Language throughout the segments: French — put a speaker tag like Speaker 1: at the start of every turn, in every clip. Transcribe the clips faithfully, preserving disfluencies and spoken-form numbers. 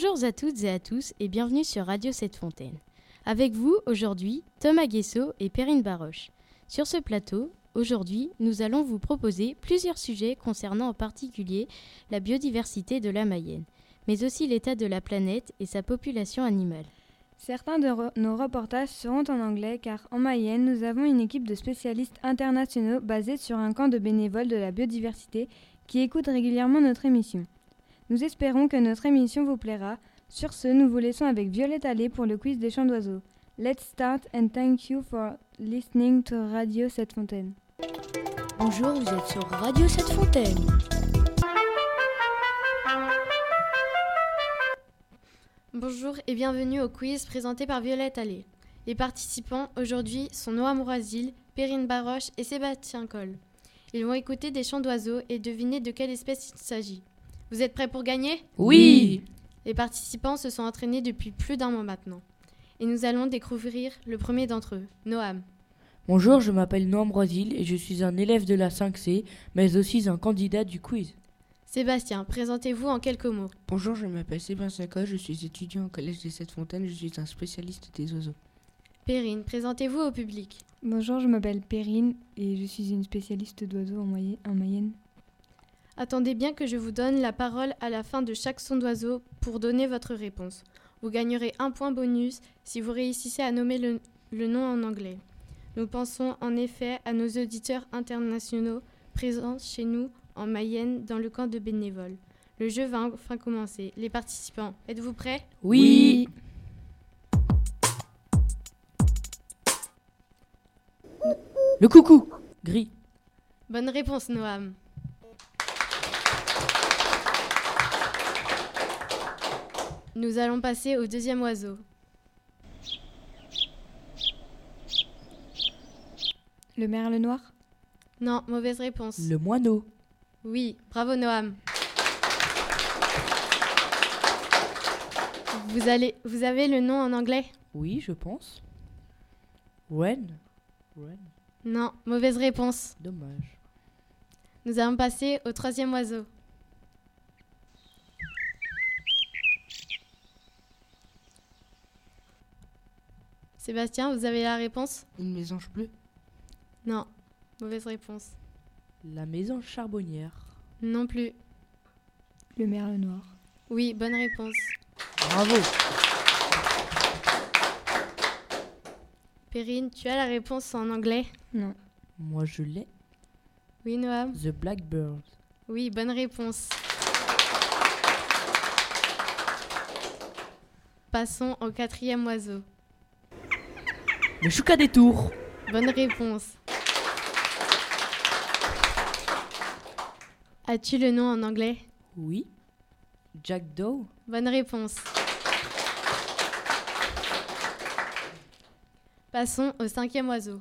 Speaker 1: Bonjour à toutes et à tous et bienvenue sur Radio Sept Fontaines. Avec vous aujourd'hui, Thomas Guessot et Perrine Baroche. Sur ce plateau, aujourd'hui, nous allons vous proposer plusieurs sujets concernant en particulier la biodiversité de la Mayenne, mais aussi l'état de la planète et sa population animale.
Speaker 2: Certains de re- nos reportages seront en anglais car en Mayenne, nous avons une équipe de spécialistes internationaux basée sur un camp de bénévoles de la biodiversité qui écoutent régulièrement notre émission. Nous espérons que notre émission vous plaira. Sur ce, nous vous laissons avec Violette Allais pour le quiz des chants d'oiseaux. Let's start and thank you for listening to Radio Sept Fontaines.
Speaker 3: Bonjour, vous êtes sur Radio Sept Fontaines.
Speaker 1: Bonjour et bienvenue au quiz présenté par Violette Allais. Les participants aujourd'hui sont Noam Roisil, Perrine Baroche et Sébastien Coll. Ils vont écouter des chants d'oiseaux et deviner de quelle espèce il s'agit. Vous êtes prêts pour gagner ?
Speaker 3: Oui.
Speaker 1: Les participants se sont entraînés depuis plus d'un mois maintenant. Et nous allons découvrir le premier d'entre eux, Noam.
Speaker 4: Bonjour, je m'appelle Noam Roisil et je suis un élève de la cinq C, mais aussi un candidat du quiz.
Speaker 1: Sébastien, présentez-vous en quelques mots.
Speaker 5: Bonjour, je m'appelle Sébastien Coll, je suis étudiant au collège des Sept Fontaines, je suis un spécialiste des oiseaux.
Speaker 1: Perrine, présentez-vous au public.
Speaker 2: Bonjour, je m'appelle Perrine et je suis une spécialiste d'oiseaux en, Moye- en Mayenne.
Speaker 1: Attendez bien que je vous donne la parole à la fin de chaque son d'oiseau pour donner votre réponse. Vous gagnerez un point bonus si vous réussissez à nommer le, le nom en anglais. Nous pensons en effet à nos auditeurs internationaux présents chez nous en Mayenne dans le camp de bénévoles. Le jeu va enfin commencer. Les participants, êtes-vous prêts ?
Speaker 4: Oui. Le coucou. Gris.
Speaker 1: Bonne réponse, Noam. Nous allons passer au deuxième oiseau.
Speaker 2: Le merle noir ?
Speaker 1: Non, mauvaise réponse.
Speaker 4: Le moineau.
Speaker 1: Oui, bravo Noam. Vous, allez, vous avez le nom en anglais ?
Speaker 4: Oui, je pense. Wren. Wren.
Speaker 1: Non, mauvaise réponse.
Speaker 4: Dommage.
Speaker 1: Nous allons passer au troisième oiseau. Sébastien, vous avez la réponse ?
Speaker 5: Une mésange bleue.
Speaker 1: Non, mauvaise réponse.
Speaker 4: La maison charbonnière.
Speaker 1: Non plus.
Speaker 2: Le merle noir.
Speaker 1: Oui, bonne réponse.
Speaker 4: Bravo.
Speaker 1: Perrine, tu as la réponse en anglais ?
Speaker 2: Non.
Speaker 4: Moi je l'ai.
Speaker 1: Oui, Noam ?
Speaker 4: The Blackbird.
Speaker 1: Oui, bonne réponse. Passons au quatrième oiseau.
Speaker 4: Le chouca des tours.
Speaker 1: Bonne réponse. As-tu le nom en anglais ?
Speaker 4: Oui. Jackdaw.
Speaker 1: Bonne réponse. Passons au cinquième oiseau.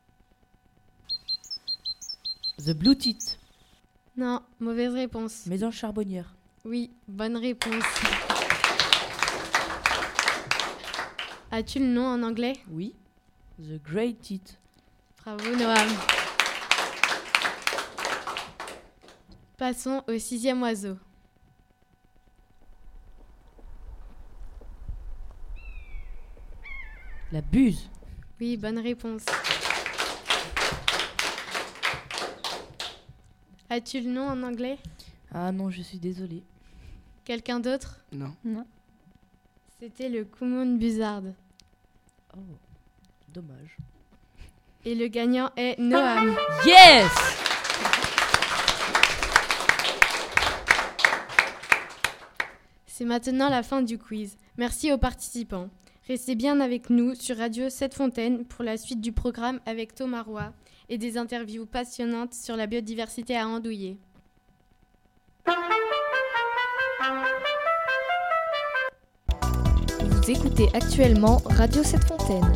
Speaker 4: The Blue Tit.
Speaker 1: Non, mauvaise réponse.
Speaker 4: Maison charbonnière.
Speaker 1: Oui, bonne réponse. As-tu le nom en anglais ?
Speaker 4: Oui. The Grey Tit.
Speaker 1: Bravo Noam. Passons au sixième oiseau.
Speaker 4: La buse.
Speaker 1: Oui, bonne réponse. As-tu le nom en anglais ?
Speaker 4: Ah non, je suis désolée.
Speaker 1: Quelqu'un d'autre ?
Speaker 5: Non.
Speaker 2: Non.
Speaker 1: C'était le Common Buzzard.
Speaker 4: Oh, dommage.
Speaker 1: Et le gagnant est Noam.
Speaker 4: Yes!
Speaker 1: C'est maintenant la fin du quiz. Merci aux participants. Restez bien avec nous sur Radio Sept Fontaines pour la suite du programme avec Thomas Roy et des interviews passionnantes sur la biodiversité à Andouillé.
Speaker 3: Vous écoutez actuellement Radio Sept Fontaines.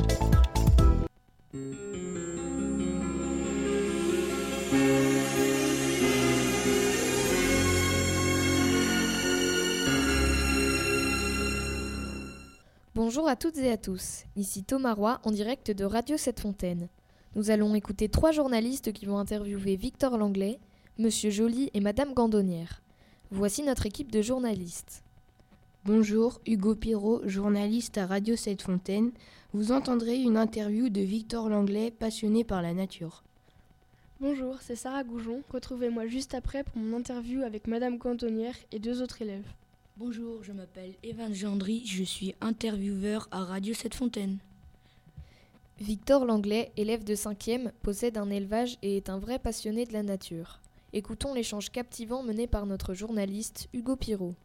Speaker 3: Bonjour à toutes et à tous, ici Thomas Roy en direct de Radio Sept Fontaines. Nous allons écouter trois journalistes qui vont interviewer Victor Langlais, Monsieur Joly et Madame Gandonnière. Voici notre équipe de journalistes.
Speaker 6: Bonjour, Hugo Pirot, journaliste à Radio Sept Fontaines. Vous entendrez une interview de Victor Langlais, passionné par la nature.
Speaker 7: Bonjour, c'est Sarah Goujon. Retrouvez-moi juste après pour mon interview avec Madame Cantonnière et deux autres élèves.
Speaker 5: Bonjour, je m'appelle Evan Gendry, je suis intervieweur à Radio Sept Fontaines.
Speaker 3: Victor Langlais, élève de cinquième, possède un élevage et est un vrai passionné de la nature. Écoutons l'échange captivant mené par notre journaliste Hugo Pirot.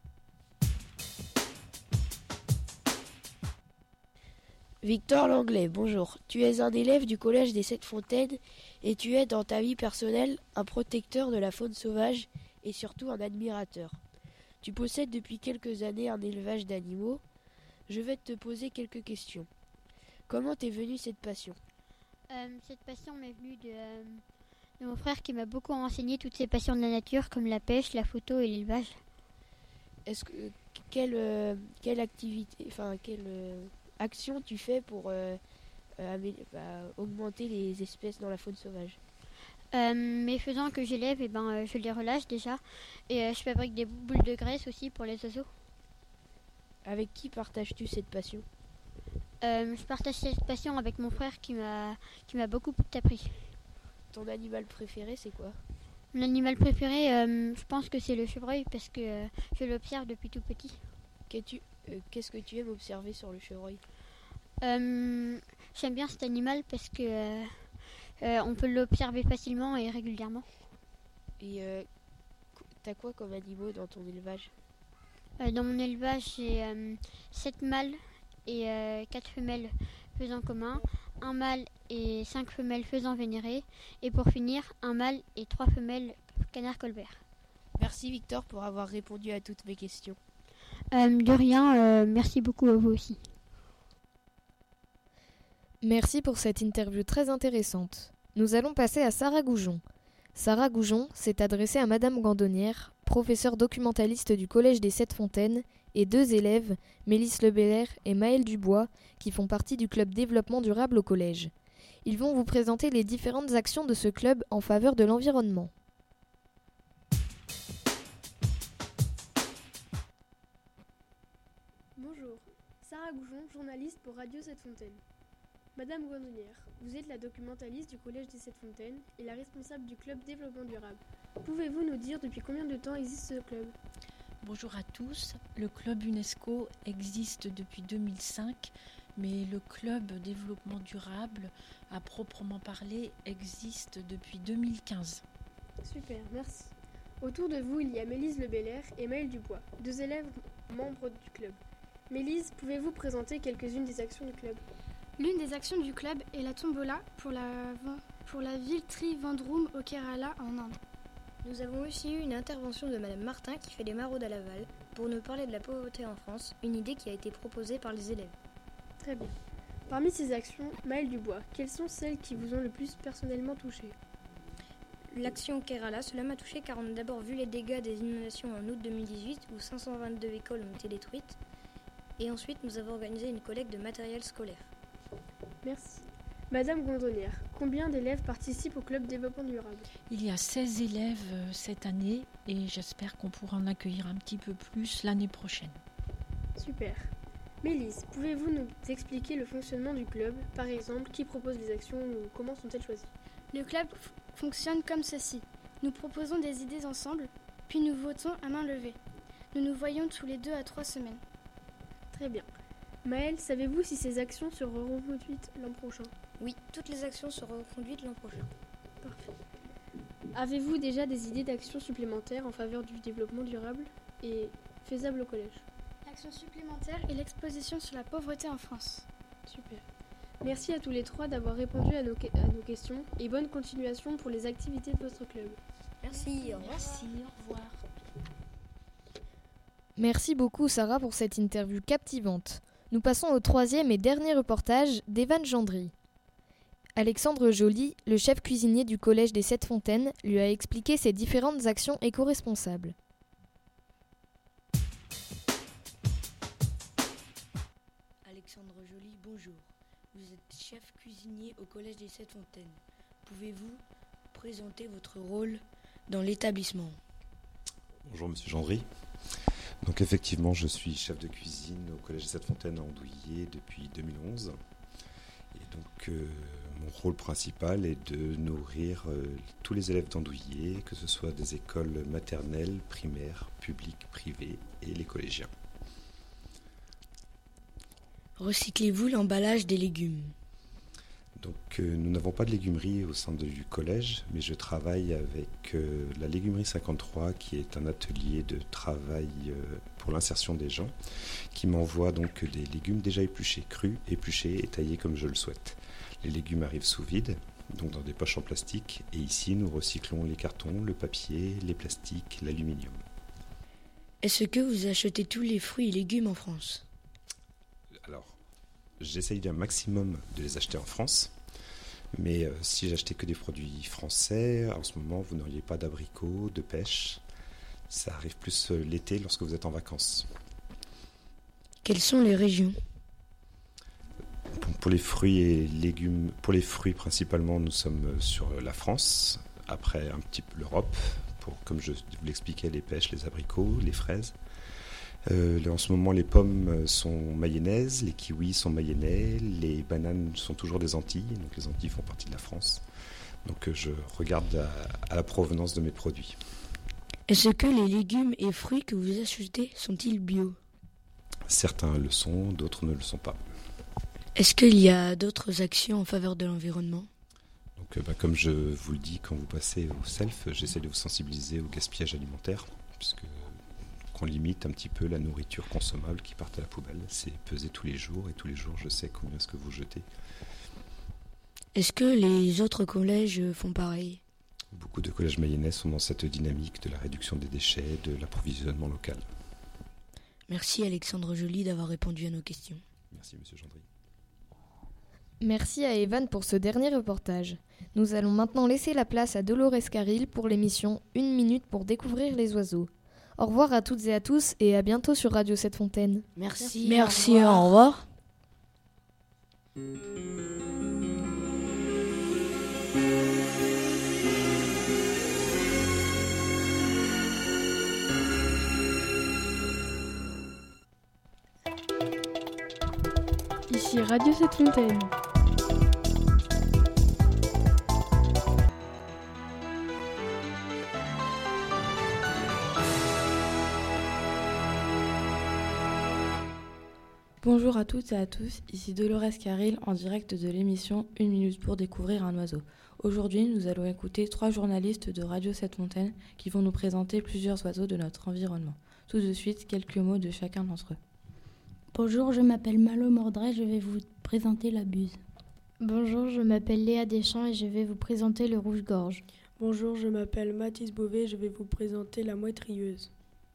Speaker 8: Victor Langlais, bonjour. Tu es un élève du collège des Sept Fontaines et tu es dans ta vie personnelle un protecteur de la faune sauvage et surtout un admirateur. Tu possèdes depuis quelques années un élevage d'animaux. Je vais te poser quelques questions. Comment t'es venue cette passion ?
Speaker 9: euh, Cette passion m'est venue de, euh, de mon frère qui m'a beaucoup renseigné toutes ces passions de la nature comme la pêche, la photo et l'élevage.
Speaker 8: Est-ce que quelle euh, quelle activité, enfin quelle euh, action tu fais pour euh, euh, amé- bah, augmenter les espèces dans la faune sauvage ?
Speaker 9: Euh, mes faisans que j'élève, eh ben, euh, je les relâche déjà et euh, je fabrique des boules de graisse aussi pour les oiseaux.
Speaker 8: Avec qui partages-tu cette passion ?
Speaker 9: Euh, je partage cette passion avec mon frère qui m'a qui m'a beaucoup appris.
Speaker 8: Ton animal préféré, c'est quoi ?
Speaker 9: Mon animal préféré, euh, je pense que c'est le chevreuil parce que euh, je l'observe depuis tout petit.
Speaker 8: Qu'es-tu, euh, qu'est-ce que tu aimes observer sur le chevreuil ?
Speaker 9: Euh, j'aime bien cet animal parce que euh, euh, on peut l'observer facilement et régulièrement.
Speaker 8: Et euh, t'as quoi comme animaux dans ton élevage ?
Speaker 9: Euh, dans mon élevage, j'ai euh, sept mâles et euh, quatre femelles faisant commun, un mâle et cinq femelles faisant vénérer, et pour finir, un mâle et trois femelles canard colbert.
Speaker 8: Merci Victor pour avoir répondu à toutes mes questions.
Speaker 9: Euh, de rien, euh, merci beaucoup à vous aussi.
Speaker 3: Merci pour cette interview très intéressante. Nous allons passer à Sarah Goujon. Sarah Goujon s'est adressée à Madame Gandonnière, professeure documentaliste du Collège des Sept Fontaines, et deux élèves, Mélisse Lebelair et Maëlle Dubois, qui font partie du club développement durable au collège. Ils vont vous présenter les différentes actions de ce club en faveur de l'environnement.
Speaker 7: Bonjour, Sarah Goujon, journaliste pour Radio Sept Fontaines. Madame Gandonnière, vous êtes la documentaliste du Collège des Sept Fontaines et la responsable du club développement durable. Pouvez-vous nous dire depuis combien de temps existe ce club ?
Speaker 10: Bonjour à tous, le club UNESCO existe depuis deux mille cinq, mais le club développement durable, à proprement parler, existe depuis deux mille quinze.
Speaker 7: Super, merci. Autour de vous, il y a Mélisse Lebelair et Maëlle Dubois, deux élèves membres du club. Mélisse, pouvez-vous présenter quelques-unes des actions du club ?
Speaker 11: L'une des actions du club est la tombola pour la, pour la ville Trivandrum au Kerala en Inde.
Speaker 12: Nous avons aussi eu une intervention de Madame Martin qui fait des maraudes à Laval pour nous parler de la pauvreté en France, une idée qui a été proposée par les élèves.
Speaker 7: Très bien. Parmi ces actions, Maëlle Dubois, quelles sont celles qui vous ont le plus personnellement touché ?
Speaker 12: L'action Kerala, cela m'a touché car on a d'abord vu les dégâts des inondations en août deux mille dix-huit où cinq cent vingt-deux écoles ont été détruites et ensuite nous avons organisé une collecte de matériel scolaire.
Speaker 7: Merci. Madame Gandonnière, combien d'élèves participent au club développement durable ?
Speaker 10: Il y a seize élèves euh, cette année et j'espère qu'on pourra en accueillir un petit peu plus l'année prochaine.
Speaker 7: Super. Mélisse, pouvez-vous nous expliquer le fonctionnement du club ? Par exemple, qui propose les actions ou comment sont-elles choisies ?
Speaker 11: Le club f- fonctionne comme ceci. Nous proposons des idées ensemble, puis nous votons à main levée. Nous nous voyons tous les deux à trois semaines.
Speaker 7: Très bien. Maëlle, savez-vous si ces actions seront reconduites l'an prochain ?
Speaker 12: Oui, toutes les actions seront reconduites l'an prochain.
Speaker 7: Parfait. Avez-vous déjà des idées d'actions supplémentaires en faveur du développement durable et faisable au collège ?
Speaker 11: L'action supplémentaire est l'exposition sur la pauvreté en France.
Speaker 7: Super. Merci à tous les trois d'avoir répondu à nos, que- à nos questions et bonne continuation pour les activités de votre club.
Speaker 12: Merci, au revoir.
Speaker 10: Merci, au revoir.
Speaker 3: Merci beaucoup Sarah pour cette interview captivante. Nous passons au troisième et dernier reportage d'Evan Gendry. Alexandre Joly, le chef cuisinier du Collège des Sept Fontaines, lui a expliqué ses différentes actions éco-responsables.
Speaker 5: Alexandre Joly, bonjour. Vous êtes chef cuisinier au Collège des Sept Fontaines. Pouvez-vous présenter votre rôle dans l'établissement ?
Speaker 13: Bonjour Monsieur Gendry. Donc effectivement, je suis chef de cuisine au Collège des Sept Fontaines à Andouillé depuis deux mille onze. Et donc euh, mon rôle principal est de nourrir euh, tous les élèves d'Andouillé, que ce soit des écoles maternelles, primaires, publiques, privées et les collégiens.
Speaker 5: Recyclez-vous l'emballage des légumes ?
Speaker 13: Donc euh, nous n'avons pas de légumerie au sein du collège, mais je travaille avec euh, la légumerie cinquante-trois, qui est un atelier de travail euh, pour l'insertion des gens, qui m'envoie donc des légumes déjà épluchés, crus, épluchés et taillés comme je le souhaite. Les légumes arrivent sous vide, donc dans des poches en plastique, et ici nous recyclons les cartons, le papier, les plastiques, l'aluminium.
Speaker 5: Est-ce que vous achetez tous les fruits et légumes en France ?
Speaker 13: Alors, j'essaye d'un maximum de les acheter en France, mais euh, si j'achetais que des produits français, en ce moment, vous n'auriez pas d'abricots, de pêche. Ça arrive plus euh, l'été lorsque vous êtes en vacances.
Speaker 5: Quelles sont les régions ?
Speaker 13: Bon, pour les fruits et légumes, pour les fruits principalement, nous sommes sur la France, après un petit peu l'Europe, pour, comme je vous l'expliquais, les pêches, les abricots, les fraises. Euh, en ce moment, les pommes sont mayonnaises, les kiwis sont mayennais, les bananes sont toujours des Antilles, donc les Antilles font partie de la France. Donc euh, je regarde à, à la provenance de mes produits.
Speaker 5: Est-ce que les légumes et fruits que vous achetez sont-ils bio ?
Speaker 13: Certains le sont, d'autres ne le sont pas.
Speaker 5: Est-ce qu'il y a d'autres actions en faveur de l'environnement ?
Speaker 13: Donc, euh, bah, comme je vous le dis, quand vous passez au self, j'essaie de vous sensibiliser au gaspillage alimentaire, puisque on limite un petit peu la nourriture consommable qui part à la poubelle. C'est pesé tous les jours et tous les jours je sais combien est-ce que vous jetez.
Speaker 5: Est-ce que les autres collèges font pareil ?
Speaker 13: Beaucoup de collèges mayennais sont dans cette dynamique de la réduction des déchets, de l'approvisionnement local.
Speaker 5: Merci Alexandre Joly d'avoir répondu à nos questions.
Speaker 13: Merci Monsieur Gendry.
Speaker 3: Merci à Evan pour ce dernier reportage. Nous allons maintenant laisser la place à Dolores Carril pour l'émission Une minute pour découvrir les oiseaux. Au revoir à toutes et à tous et à bientôt sur Radio Sept Fontaines.
Speaker 5: Merci.
Speaker 8: Merci, au revoir.
Speaker 1: Ici Radio Sept Fontaines.
Speaker 4: Bonjour à toutes et à tous, ici Dolores Carril en direct de l'émission Une minute pour découvrir un oiseau. Aujourd'hui, nous allons écouter trois journalistes de Radio Sept Fontaines qui vont nous présenter plusieurs oiseaux de notre environnement. Tout de suite, quelques mots de chacun d'entre eux.
Speaker 14: Bonjour, je m'appelle Malo Mordray, je vais vous présenter la buse.
Speaker 15: Bonjour, je m'appelle Léa Deschamps et je vais vous présenter le rouge-gorge.
Speaker 16: Bonjour, je m'appelle Mathis Beauvais et je vais vous présenter la mouette rieuse.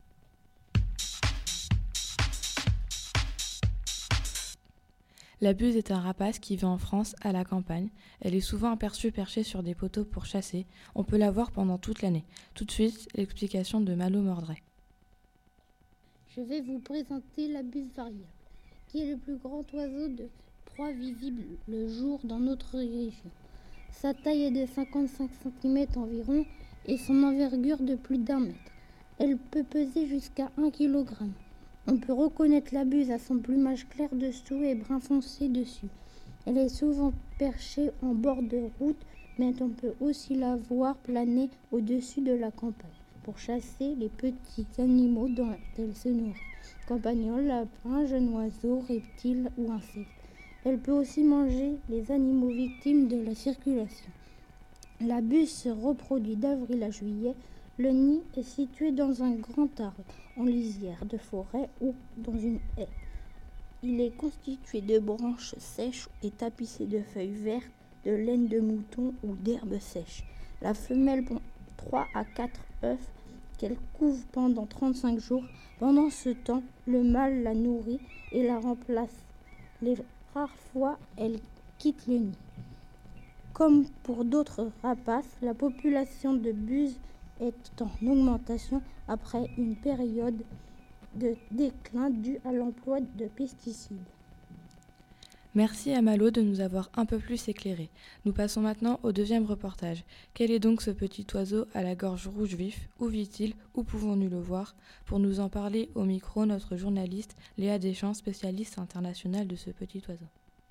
Speaker 4: La buse est un rapace qui vit en France, à la campagne. Elle est souvent aperçue perchée sur des poteaux pour chasser. On peut la voir pendant toute l'année. Tout de suite, l'explication de Malo Mordray.
Speaker 14: Je vais vous présenter la buse variable, qui est le plus grand oiseau de proie visible le jour dans notre région. Sa taille est de cinquante-cinq centimètres environ et son envergure de plus d'un mètre. Elle peut peser jusqu'à un kilogramme. On peut reconnaître la buse à son plumage clair dessous et brun foncé dessus. Elle est souvent perchée en bord de route, mais on peut aussi la voir planer au-dessus de la campagne pour chasser les petits animaux dont elle se nourrit. Campagnols, lapins, jeunes oiseaux, reptiles ou insectes. Elle peut aussi manger les animaux victimes de la circulation. La buse se reproduit d'avril à juillet. Le nid est situé dans un grand arbre, en lisière de forêt ou dans une haie. Il est constitué de branches sèches et tapissé de feuilles vertes, de laine de mouton ou d'herbes sèches. La femelle pond trois à quatre œufs qu'elle couve pendant trente-cinq jours. Pendant ce temps, le mâle la nourrit et la remplace. Les rares fois, elle quitte le nid. Comme pour d'autres rapaces, la population de buses est en augmentation après une période de déclin due à l'emploi de pesticides.
Speaker 4: Merci à Malo de nous avoir un peu plus éclairés. Nous passons maintenant au deuxième reportage. Quel est donc ce petit oiseau à la gorge rouge vif? Où vit-il? Où pouvons-nous le voir? Pour nous en parler au micro, notre journaliste Léa Deschamps, spécialiste internationale de ce petit oiseau.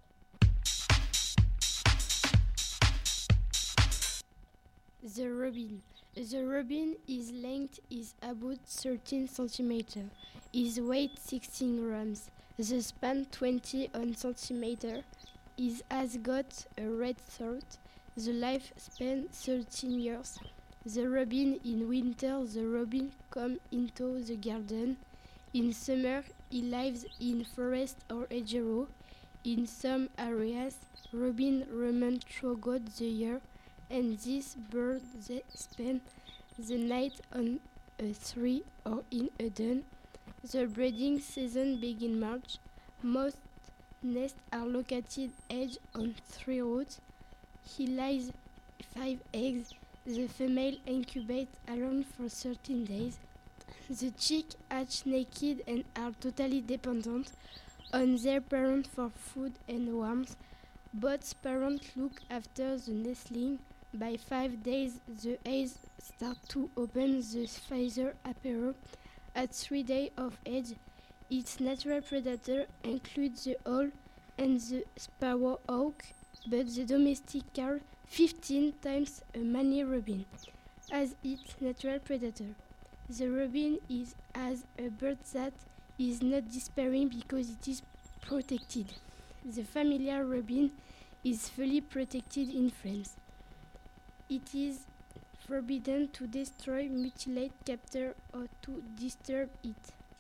Speaker 17: The robin. The robin, his length is about thirteen centimeters. His weight sixteen grams. The span twenty on centimeter. It has got a red throat. The lifespan thirteen years. The robin in winter, the robin come into the garden. In summer, he lives in forest or hedgerow. In some areas, robin remain throughout the year, and this bird they spend the night on a tree or in a den. The breeding season begins in March. Most nests are located edge on three rods. He lays five eggs. The female incubates alone for thirteen days. The chick hatch naked and are totally dependent on their parent for food and warmth. Both parents look after the nestling. By five days, the eggs start to open. The feather appear. At three days of age, its natural predator includes the owl and the sparrowhawk, but the domestic carp fifteen times as many robin as its natural predator. The robin is as a bird that is not disappearing because it is protected. The familiar robin is fully protected in France. It is forbidden to destroy, mutilate, capture or to disturb it.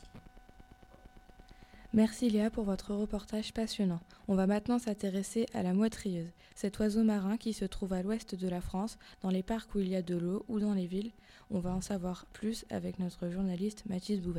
Speaker 4: Merci Léa pour votre reportage passionnant. On va maintenant s'intéresser à la moitrieuse, cet oiseau marin qui se trouve à l'ouest de la France, dans les parcs où il y a de l'eau ou dans les villes. On va en savoir plus avec notre journaliste Mathis Bouvet.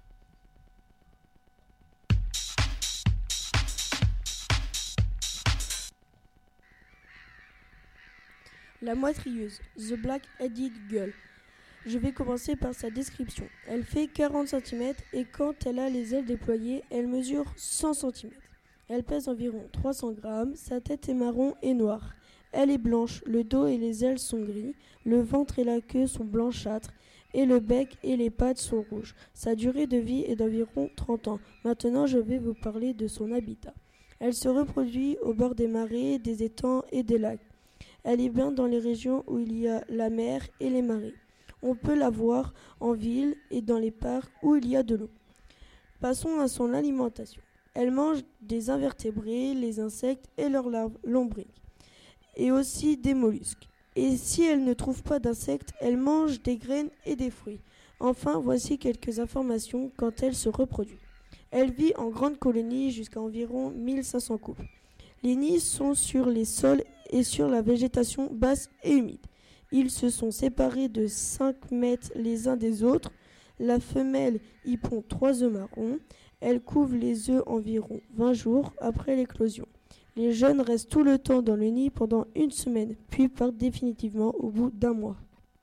Speaker 18: La moitrieuse, The Black-Headed Gull. Je vais commencer par sa description. Elle fait quarante centimètres et quand elle a les ailes déployées, elle mesure cent centimètres. Elle pèse environ trois cents grammes, sa tête est marron et noire. Elle est blanche, le dos et les ailes sont gris, le ventre et la queue sont blanchâtres et le bec et les pattes sont rouges. Sa durée de vie est d'environ trente ans. Maintenant, je vais vous parler de son habitat. Elle se reproduit au bord des marais, des étangs et des lacs. Elle hiberne dans les régions où il y a la mer et les marais. On peut la voir en ville et dans les parcs où il y a de l'eau. Passons à son alimentation. Elle mange des invertébrés, les insectes et leurs larves lombriques, et aussi des mollusques. Et si elle ne trouve pas d'insectes, elle mange des graines et des fruits. Enfin, voici quelques informations quand elle se reproduit. Elle vit en grande colonie jusqu'à environ mille cinq cents couples. Les nids sont sur les sols et sur la végétation basse et humide. Ils se sont séparés de cinq mètres les uns des autres. La femelle y pond trois œufs marrons. Elle couve les œufs environ vingt jours après l'éclosion. Les jeunes restent tout le temps dans le nid pendant une semaine, puis partent définitivement au bout d'un mois.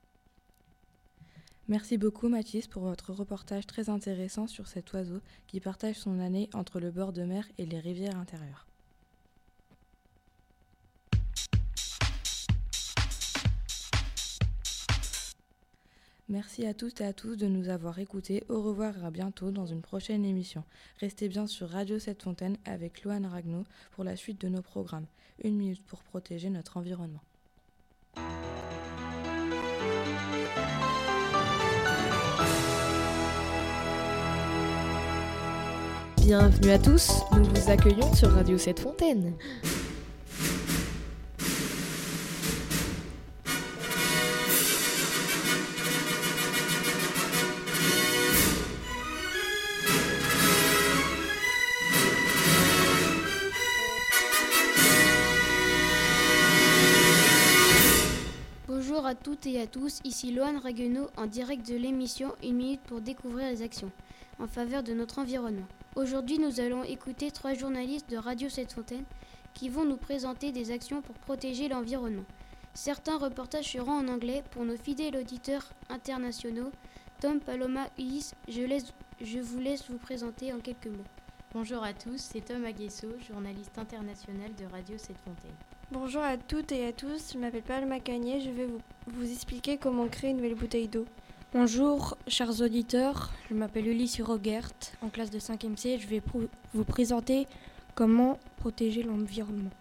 Speaker 4: Merci beaucoup Mathis pour votre reportage très intéressant sur cet oiseau qui partage son année entre le bord de mer et les rivières intérieures. Merci à toutes et à tous de nous avoir écoutés. Au revoir et à bientôt dans une prochaine émission. Restez bien sur Radio sept Fontaines avec Loan Ragno pour la suite de nos programmes. Une minute pour protéger notre environnement.
Speaker 3: Bienvenue à tous, nous vous accueillons sur Radio sept Fontaines.
Speaker 17: Bonjour à toutes et à tous, ici Loan Raguenaud en direct de l'émission Une minute pour découvrir les actions en faveur de notre environnement. Aujourd'hui, nous allons écouter trois journalistes de Radio sept Fontaines qui vont nous présenter des actions pour protéger l'environnement. Certains reportages seront en anglais pour nos fidèles auditeurs internationaux. Tom, Paloma, Ulysse, je, laisse, je vous laisse vous présenter en quelques mots.
Speaker 15: Bonjour à tous, c'est Tom Aguesso, journaliste international de Radio sept Fontaines.
Speaker 19: Bonjour à toutes et à tous, je m'appelle Palma Cagné, je vais vous, vous expliquer comment créer une nouvelle bouteille d'eau.
Speaker 20: Bonjour, chers auditeurs, je m'appelle Ulysse Rogert, en classe de cinquième C, je vais pr- vous présenter comment protéger l'environnement.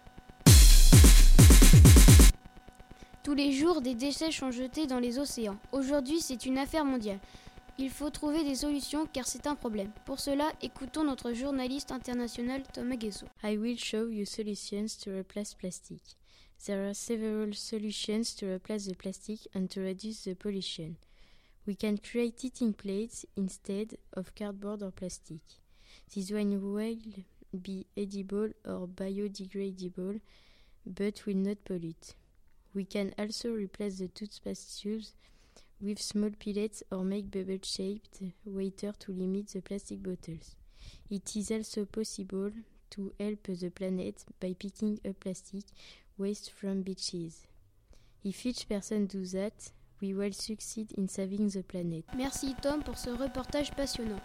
Speaker 11: Tous les jours, des déchets sont jetés dans les océans. Aujourd'hui, c'est une affaire mondiale. Il faut trouver des solutions car c'est un problème. Pour cela, écoutons notre journaliste international Tom Aguesso.
Speaker 1: I will show you solutions to replace plastic. There are several solutions to replace the plastic and to reduce the pollution. We can create eating plates instead of cardboard or plastic. This one will be edible or biodegradable, but will not pollute. We can also replace the toothpaste tubes with small pellets or make bubble-shaped water to limit the plastic bottles. It is also possible to help the planet by picking up plastic waste from beaches. If each person does that, we will succeed in saving the planet.
Speaker 11: Merci Tom pour ce reportage passionnant.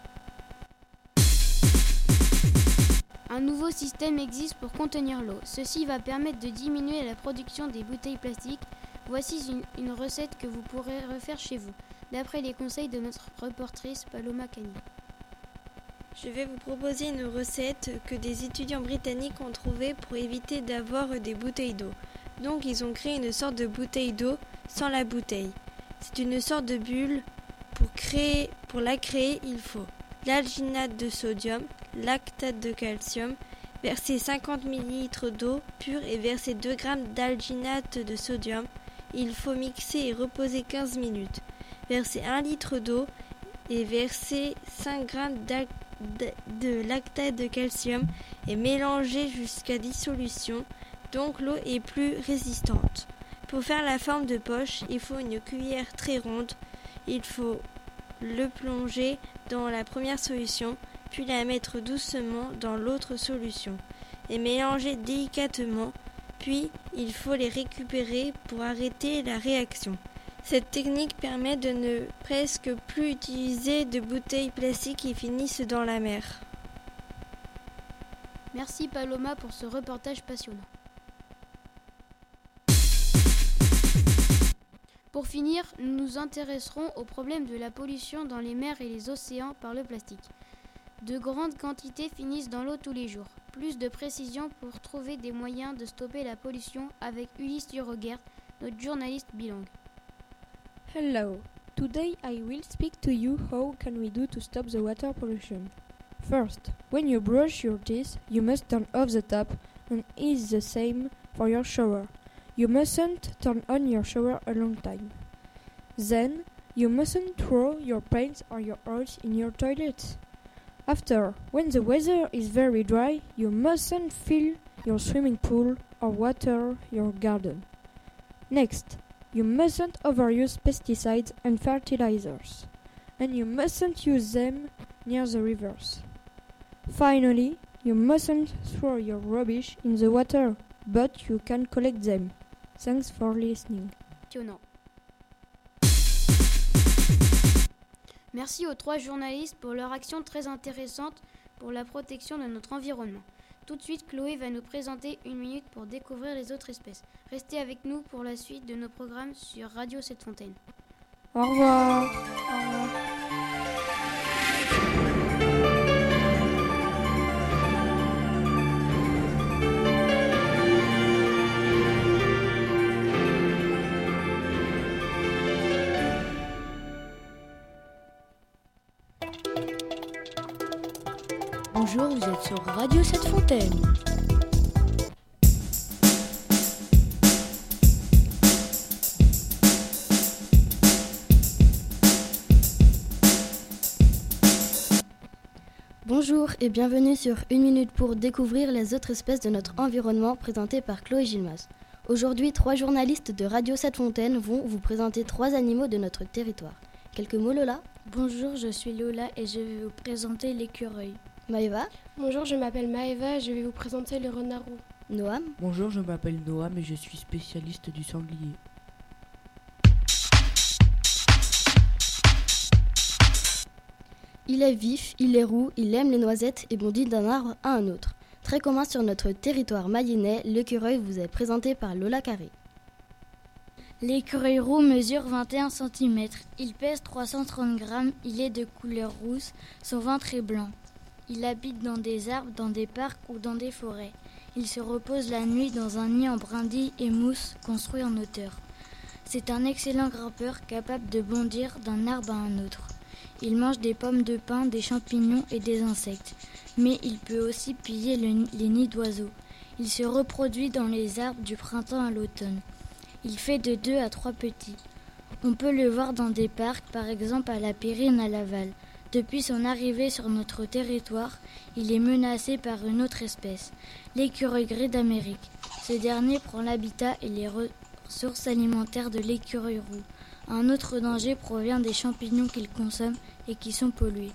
Speaker 11: Un nouveau système existe pour contenir l'eau. Ceci va permettre de diminuer la production des bouteilles plastiques. Voici une, une recette que vous pourrez refaire chez vous, d'après les conseils de notre reportrice Paloma Cagné.
Speaker 19: Je vais vous proposer une recette que des étudiants britanniques ont trouvée pour éviter d'avoir des bouteilles d'eau. Donc ils ont créé une sorte de bouteille d'eau sans la bouteille. C'est une sorte de bulle. Pour, créer, pour la créer, il faut l'alginate de sodium, lactate de calcium, verser cinquante millilitres d'eau pure et verser deux grammes d'alginate de sodium. Il faut mixer et reposer quinze minutes. Verser un litre d'eau et verser cinq grammes de lactate de calcium et mélanger jusqu'à dissolution, donc l'eau est plus résistante. Pour faire la forme de poche, il faut une cuillère très ronde. Il faut le plonger dans la première solution, puis la mettre doucement dans l'autre solution et mélanger délicatement, puis il faut les récupérer pour arrêter la réaction. Cette technique permet de ne presque plus utiliser de bouteilles plastiques qui finissent dans la mer.
Speaker 11: Merci Paloma pour ce reportage passionnant. Pour finir, nous nous intéresserons au problème de la pollution dans les mers et les océans par le plastique. De grandes quantités finissent dans l'eau tous les jours. Plus de précisions pour trouver des moyens de stopper la pollution avec Ulysse Rogert, notre journaliste bilingue.
Speaker 21: Hello. Today I will speak to you how can we do to stop the water pollution. First, when you brush your teeth, you must turn off the tap, and it's the same for your shower. You mustn't turn on your shower a long time. Then, you mustn't throw your paints or your oils in your toilet. After, when the weather is very dry, you mustn't fill your swimming pool or water your garden. Next, you mustn't overuse pesticides and fertilizers, and you mustn't use them near the rivers. Finally, you mustn't throw your rubbish in the water, but you can collect them. Thanks for listening.
Speaker 11: Merci aux trois journalistes pour leur action très intéressante pour la protection de notre environnement. Tout de suite, Chloé va nous présenter une minute pour découvrir les autres espèces. Restez avec nous pour la suite de nos programmes sur Radio sept Fontaines.
Speaker 21: Au revoir. Au revoir.
Speaker 5: Bonjour, vous êtes sur Radio sept Fontaines.
Speaker 22: Bonjour et bienvenue sur Une minute pour découvrir les autres espèces de notre environnement présenté par Chloé Gilmaz. Aujourd'hui, trois journalistes de Radio sept Fontaines vont vous présenter trois animaux de notre territoire. Quelques mots, Lola?
Speaker 15: Bonjour, je suis Lola et je vais vous présenter l'écureuil.
Speaker 22: Maëva?
Speaker 7: Bonjour, je m'appelle Maëva et je vais vous présenter le renard roux.
Speaker 22: Noam?
Speaker 23: Bonjour, je m'appelle Noam et je suis spécialiste du sanglier.
Speaker 22: Il est vif, il est roux, il aime les noisettes et bondit d'un arbre à un autre. Très commun sur notre territoire mayennais, l'écureuil vous est présenté par Lola Carré.
Speaker 11: L'écureuil roux mesure vingt et un centimètres. Il pèse trois cent trente grammes. Il est de couleur rousse. Son ventre est blanc. Il habite dans des arbres, dans des parcs ou dans des forêts. Il se repose la nuit dans un nid en brindilles et mousse construit en hauteur. C'est un excellent grimpeur capable de bondir d'un arbre à un autre. Il mange des pommes de pin, des champignons et des insectes. Mais il peut aussi piller le, les nids d'oiseaux. Il se reproduit dans les arbres du printemps à l'automne. Il fait de deux à trois petits. On peut le voir dans des parcs, par exemple à la Périne à Laval. Depuis son arrivée sur notre territoire, il est menacé par une autre espèce, l'écureuil gris d'Amérique. Ce dernier prend l'habitat et les ressources alimentaires de l'écureuil roux. Un autre danger provient des champignons qu'il consomme et qui sont pollués.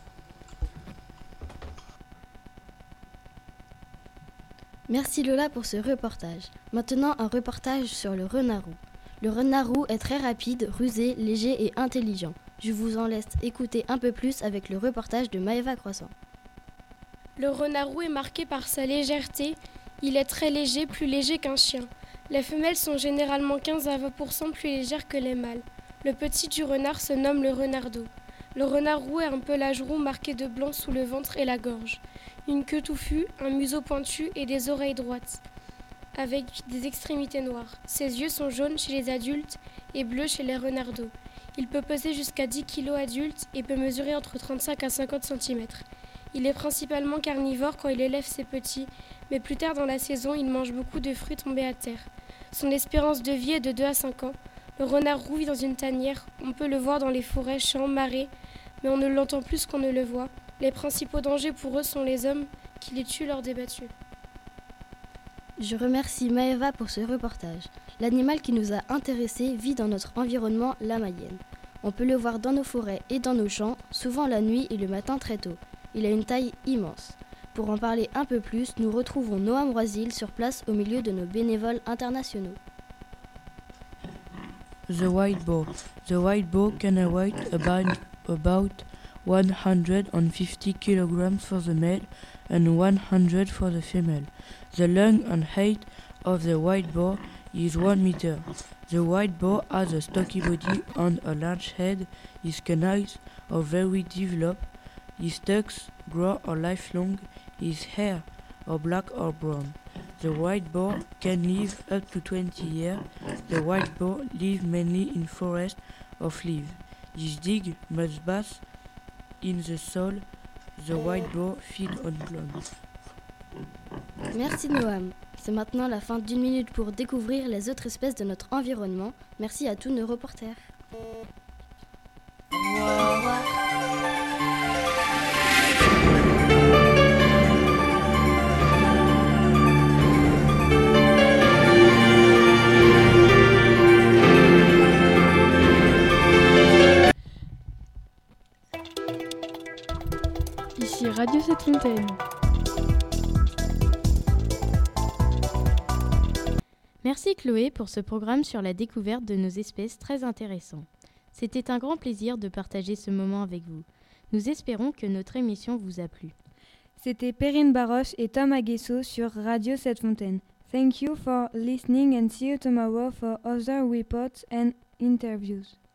Speaker 22: Merci Lola pour ce reportage. Maintenant, un reportage sur le renard roux. Le renard roux est très rapide, rusé, léger et intelligent. Je vous en laisse écouter un peu plus avec le reportage de Maëva Croissant.
Speaker 7: Le renard roux est marqué par sa légèreté. Il est très léger, plus léger qu'un chien. Les femelles sont généralement quinze à vingt pour cent plus légères que les mâles. Le petit du renard se nomme le renardeau. Le renard roux a un pelage roux marqué de blanc sous le ventre et la gorge. Une queue touffue, un museau pointu et des oreilles droites, avec des extrémités noires. Ses yeux sont jaunes chez les adultes et bleus chez les renardeaux. Il peut peser jusqu'à dix kilos adulte et peut mesurer entre trente-cinq à cinquante centimètres. Il est principalement carnivore quand il élève ses petits, mais plus tard dans la saison, il mange beaucoup de fruits tombés à terre. Son espérance de vie est de deux à cinq ans. Le renard roux vit dans une tanière. On peut le voir dans les forêts, champs, marais, mais on ne l'entend plus qu'on ne le voit. Les principaux dangers pour eux sont les hommes qui les tuent lors des battues.
Speaker 22: Je remercie Maëva pour ce reportage. L'animal qui nous a intéressés vit dans notre environnement, la Mayenne. On peut le voir dans nos forêts et dans nos champs, souvent la nuit et le matin très tôt. Il a une taille immense. Pour en parler un peu plus, nous retrouvons Noam Roisil sur place au milieu de nos bénévoles internationaux.
Speaker 23: The white boar. The white boar can weigh about, about one hundred fifty kilograms for the male and one hundred for the female. The length and height of the white boar is one meter. The white boar has a stocky body and a large head. His canines are very developed. His tusks grow or lifelong. His hair are black or brown. The white boar can live up to twenty years. The white boar lives mainly in forests of leaves. He digs mud baths in the soil. The white boar feeds on plants.
Speaker 22: Merci Noam. C'est maintenant la fin d'une minute pour découvrir les autres espèces de notre environnement. Merci à tous nos reporters. Au revoir.
Speaker 1: Ici Radio sept Fontaines. Merci Chloé pour ce programme sur la découverte de nos espèces très intéressant. C'était un grand plaisir de partager ce moment avec vous. Nous espérons que notre émission vous a plu.
Speaker 2: C'était Perrine Baroche et Tom Aguesso sur Radio sept Fontaines. Thank you for listening and see you tomorrow for other reports and interviews.